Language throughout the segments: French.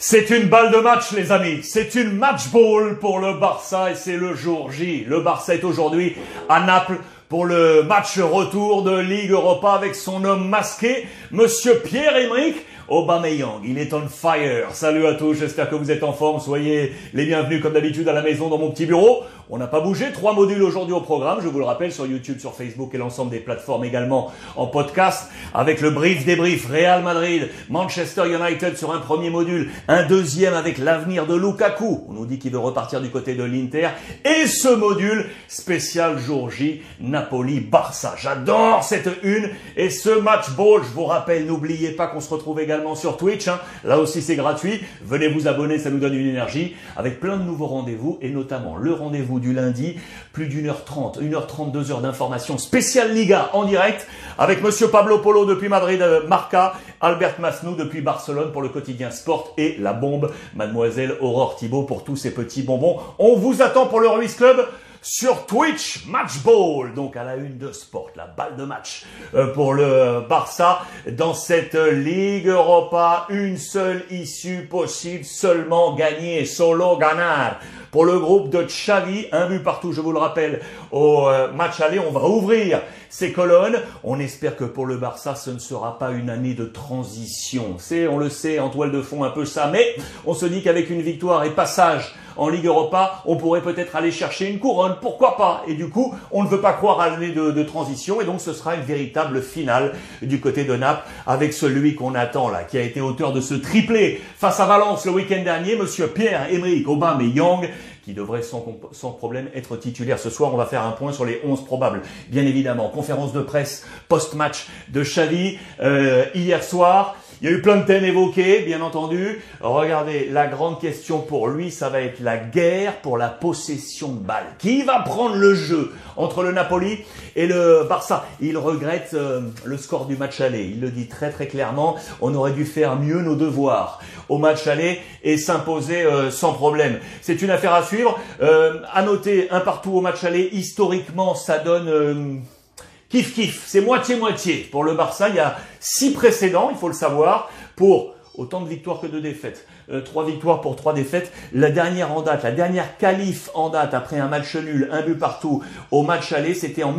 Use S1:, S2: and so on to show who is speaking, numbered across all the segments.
S1: C'est une balle de match, les amis. C'est une match ball pour le Barça et c'est le jour J. Le Barça est aujourd'hui à Naples pour le match retour de Ligue Europa avec son homme masqué, Monsieur Pierre-Emerick Aubameyang. Il est on fire. Salut à tous, j'espère que vous êtes en forme. Soyez les bienvenus comme d'habitude à la maison dans mon petit bureau. On n'a pas bougé, 3 modules aujourd'hui au programme, je vous le rappelle, sur YouTube, sur Facebook et l'ensemble des plateformes également en podcast, avec le brief débrief Real Madrid, Manchester United sur un premier module, un deuxième avec l'avenir de Lukaku, on nous dit qu'il veut repartir du côté de l'Inter, et ce module spécial jour J, Napoli-Barça. J'adore cette une et ce match ball, je vous rappelle, n'oubliez pas qu'on se retrouve également sur Twitch, là aussi c'est gratuit, venez vous abonner, ça nous donne une énergie, avec plein de nouveaux rendez-vous, et notamment le rendez-vous du lundi, plus d'1h30, 1h30, 2 heures d'information spéciale Liga en direct avec Monsieur Pablo Polo depuis Madrid, Marca, Albert Masnou depuis Barcelone pour le quotidien Sport et la bombe, Mademoiselle Aurore Thibault pour tous ces petits bonbons. On vous attend pour le Ruiz Club sur Twitch, Match Ball, donc à la une de Sport, la balle de match pour le Barça dans cette Ligue Europa. Une seule issue possible, seulement gagner, solo ganar. Pour le groupe de Xavi, un but partout, je vous le rappelle, au match aller. On va ouvrir ces colonnes. On espère que pour le Barça, ce ne sera pas une année de transition. C'est, on le sait, en toile de fond un peu ça, mais on se dit qu'avec une victoire et passage en Ligue Europa, on pourrait peut-être aller chercher une couronne, pourquoi pas? Et du coup, on ne veut pas croire à l'année de transition, et donc ce sera une véritable finale du côté de Naples, avec celui qu'on attend là, qui a été auteur de ce triplé face à Valence le week-end dernier, Monsieur Pierre-Emerick Aubameyang, qui devrait sans problème être titulaire ce soir. On va faire un point sur les 11 probables, bien évidemment. Conférence de presse post-match de Xavi hier soir. Il y a eu plein de thèmes évoqués, bien entendu. Regardez, la grande question pour lui, ça va être la guerre pour la possession de balle. Qui va prendre le jeu entre le Napoli et le Barça? Il regrette le score du match aller. Il le dit très très clairement. On aurait dû faire mieux nos devoirs au match aller et s'imposer sans problème. C'est une affaire à suivre. À noter, un partout au match aller. Historiquement, ça donne... kiff-kiff, c'est moitié-moitié. Pour le Barça, il y a 6 précédents, il faut le savoir, pour autant de victoires que de défaites. 3 victoires pour 3 défaites. La dernière en date, la dernière qualif en date après un match nul, un but partout au match aller, c'était en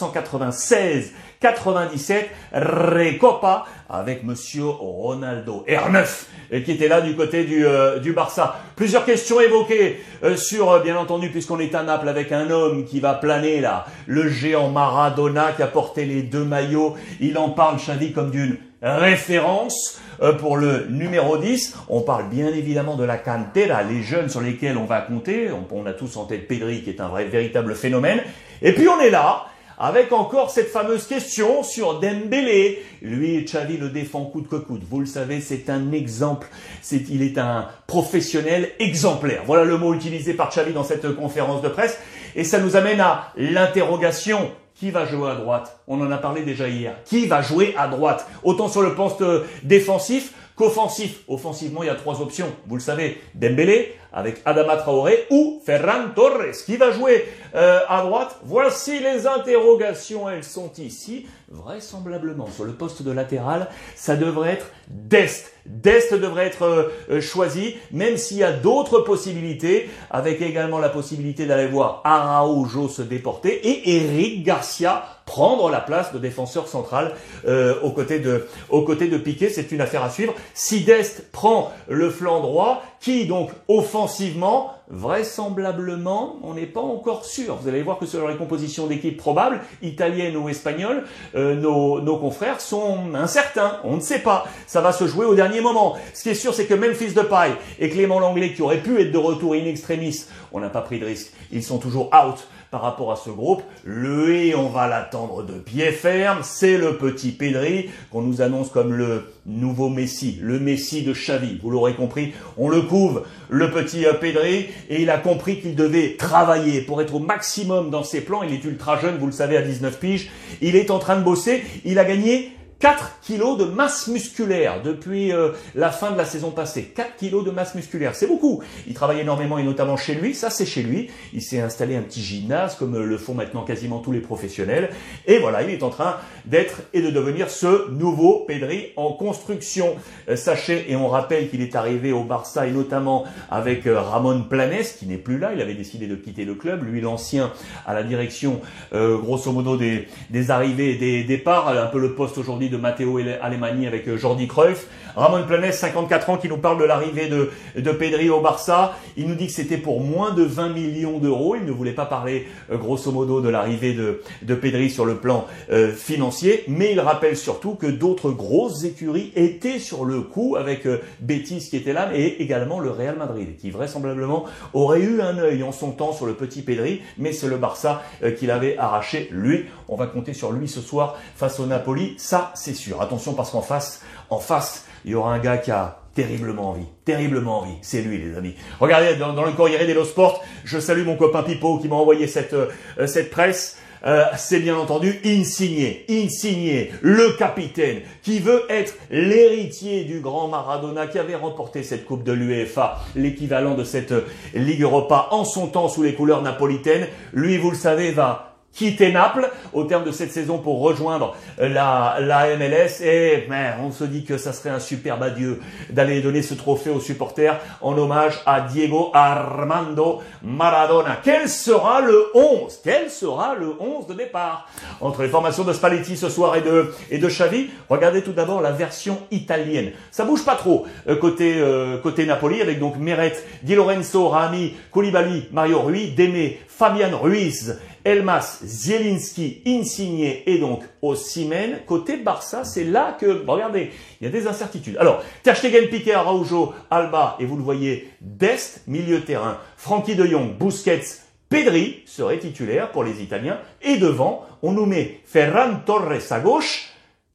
S1: 1996-97, Recopa avec Monsieur Ronaldo R9 qui était là du côté du Barça. Plusieurs questions évoquées sur, bien entendu, puisqu'on est à Naples avec un homme qui va planer là, le géant Maradona qui a porté les 2 maillots. Il en parle, Xavi, comme d'une référence pour le numéro 10. On parle bien évidemment de la cantera, les jeunes sur lesquels on va compter. On a tous en tête Pedri qui est un véritable phénomène. Et puis on est là avec encore cette fameuse question sur Dembélé. Lui, Xavi le défend coûte que coûte. Vous le savez, c'est un exemple. Il est un professionnel exemplaire. Voilà le mot utilisé par Xavi dans cette conférence de presse. Et ça nous amène à l'interrogation. Qui va jouer à droite? On en a parlé déjà hier. Qui va jouer à droite? Autant sur le poste défensif qu'offensif. Offensivement, il y a 3 options. Vous le savez, Dembélé avec Adama Traoré ou Ferran Torres. Qui va jouer à droite? Voici les interrogations. Elles sont ici. Vraisemblablement, sur le poste de latéral, ça devrait être Dest. Dest devrait être choisi, même s'il y a d'autres possibilités, avec également la possibilité d'aller voir Araujo se déporter et Eric Garcia prendre la place de défenseur central aux côtés de Piqué. C'est une affaire à suivre. Si Dest prend le flanc droit, qui donc offensivement, vraisemblablement, on n'est pas encore sûr. Vous allez voir que selon les compositions d'équipes probables, italiennes ou espagnoles, nos confrères sont incertains. On ne sait pas. Ça va se jouer au dernier moment. Ce qui est sûr, c'est que Memphis Depay et Clément Lenglet, qui auraient pu être de retour in extremis, on n'a pas pris de risque. Ils sont toujours out par rapport à ce groupe. On va l'attendre de pied ferme. C'est le petit Pedri qu'on nous annonce comme le nouveau Messi, le Messi de Xavi. Vous l'aurez compris, on le couvre, le petit Pedri, et il a compris qu'il devait travailler pour être au maximum dans ses plans. Il est ultra jeune, vous le savez, à 19 piges. Il est en train de bosser. Il a gagné 4 kilos de masse musculaire depuis la fin de la saison passée. 4 kilos de masse musculaire, c'est beaucoup. Il travaille énormément et notamment chez lui, ça c'est chez lui. Il s'est installé un petit gymnase comme le font maintenant quasiment tous les professionnels. Et voilà, il est en train d'être et de devenir ce nouveau Pedri en construction. Sachez, et on rappelle qu'il est arrivé au Barça et notamment avec Ramon Planes qui n'est plus là. Il avait décidé de quitter le club. Lui, l'ancien à la direction grosso modo des arrivées et des départs. Un peu le poste aujourd'hui de Matteo Alemany avec Jordi Cruyff. Ramon Planes, 54 ans, qui nous parle de l'arrivée de Pedri au Barça. Il nous dit que c'était pour moins de 20 millions d'euros. Il ne voulait pas parler grosso modo de l'arrivée de Pedri sur le plan financier, mais il rappelle surtout que d'autres grosses écuries étaient sur le coup avec Betis qui était là et également le Real Madrid qui vraisemblablement aurait eu un œil en son temps sur le petit Pedri, mais c'est le Barça qui l'avait arraché. Lui, on va compter sur lui ce soir face au Napoli, ça c'est sûr. Attention parce qu'en face, il y aura un gars qui a terriblement envie, c'est lui les amis. Regardez dans le Corriere dello Sport, je salue mon copain Pipo qui m'a envoyé cette presse. C'est bien entendu Insigne, le capitaine, qui veut être l'héritier du grand Maradona qui avait remporté cette Coupe de l'UEFA, l'équivalent de cette Ligue Europa en son temps sous les couleurs napolitaines. Lui, vous le savez, va quitter Naples au terme de cette saison pour rejoindre la MLS et on se dit que ça serait un superbe adieu d'aller donner ce trophée aux supporters en hommage à Diego Armando Maradona. Quel sera le 11 de départ entre les formations de Spalletti ce soir et de Xavi? Regardez tout d'abord la version italienne. Ça bouge pas trop côté Napoli avec donc Meret, Di Lorenzo, Rahmi, Koulibaly, Mario Rui, Deme, Fabian Ruiz, Elmas, Zielinski, Insigne et donc Osimhen. Côté Barça, c'est là que, regardez, il y a des incertitudes. Alors, Ter Stegen, Piqué, Araujo, Alba, et vous le voyez, Dest, milieu terrain, Frenkie de Jong, Busquets, Pedri serait titulaire pour les Italiens. Et devant, on nous met Ferran Torres à gauche,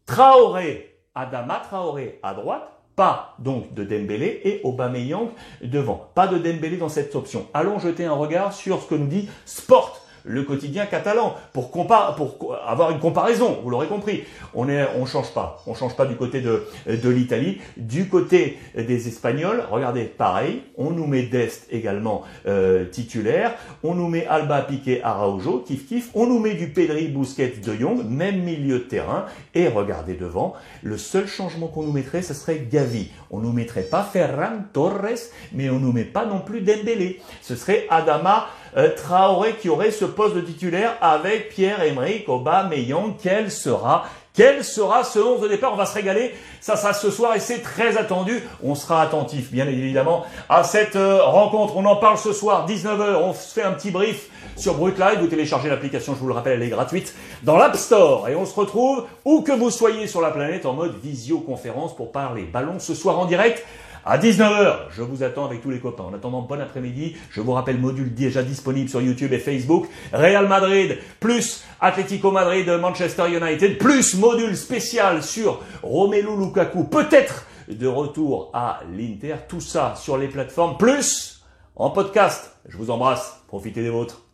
S1: Adama Traoré à droite, pas donc de Dembélé et Aubameyang devant. Pas de Dembélé dans cette option. Allons jeter un regard sur ce que nous dit Sport, le quotidien catalan, pour avoir une comparaison, vous l'aurez compris. On change pas du côté de l'Italie. Du côté des Espagnols, regardez, pareil, on nous met Dest également titulaire, on nous met Alba, Piqué, Araujo, kiff, on nous met du Pedri, Busquets, De Jong, même milieu de terrain, et regardez devant, le seul changement qu'on nous mettrait, ce serait Gavi. On nous mettrait pas Ferran Torres, mais on nous met pas non plus Dembélé. Ce serait Adama Traoré qui aurait ce poste de titulaire avec Pierre-Emerick Aubameyang. Quel sera ce 11 de départ? On va se régaler. Ça sera ce soir et c'est très attendu. On sera attentif, bien évidemment, à cette rencontre. On en parle ce soir, 19h. On se fait un petit brief sur Brut Live. Vous téléchargez l'application, je vous le rappelle, elle est gratuite dans l'App Store. Et on se retrouve où que vous soyez sur la planète en mode visioconférence pour parler ballon ce soir en direct. À 19h, je vous attends avec tous les copains. En attendant, bon après-midi. Je vous rappelle, module déjà disponible sur YouTube et Facebook. Real Madrid, plus Atlético Madrid, Manchester United, plus module spécial sur Romelu Lukaku. Peut-être de retour à l'Inter. Tout ça sur les plateformes, plus en podcast. Je vous embrasse. Profitez des vôtres.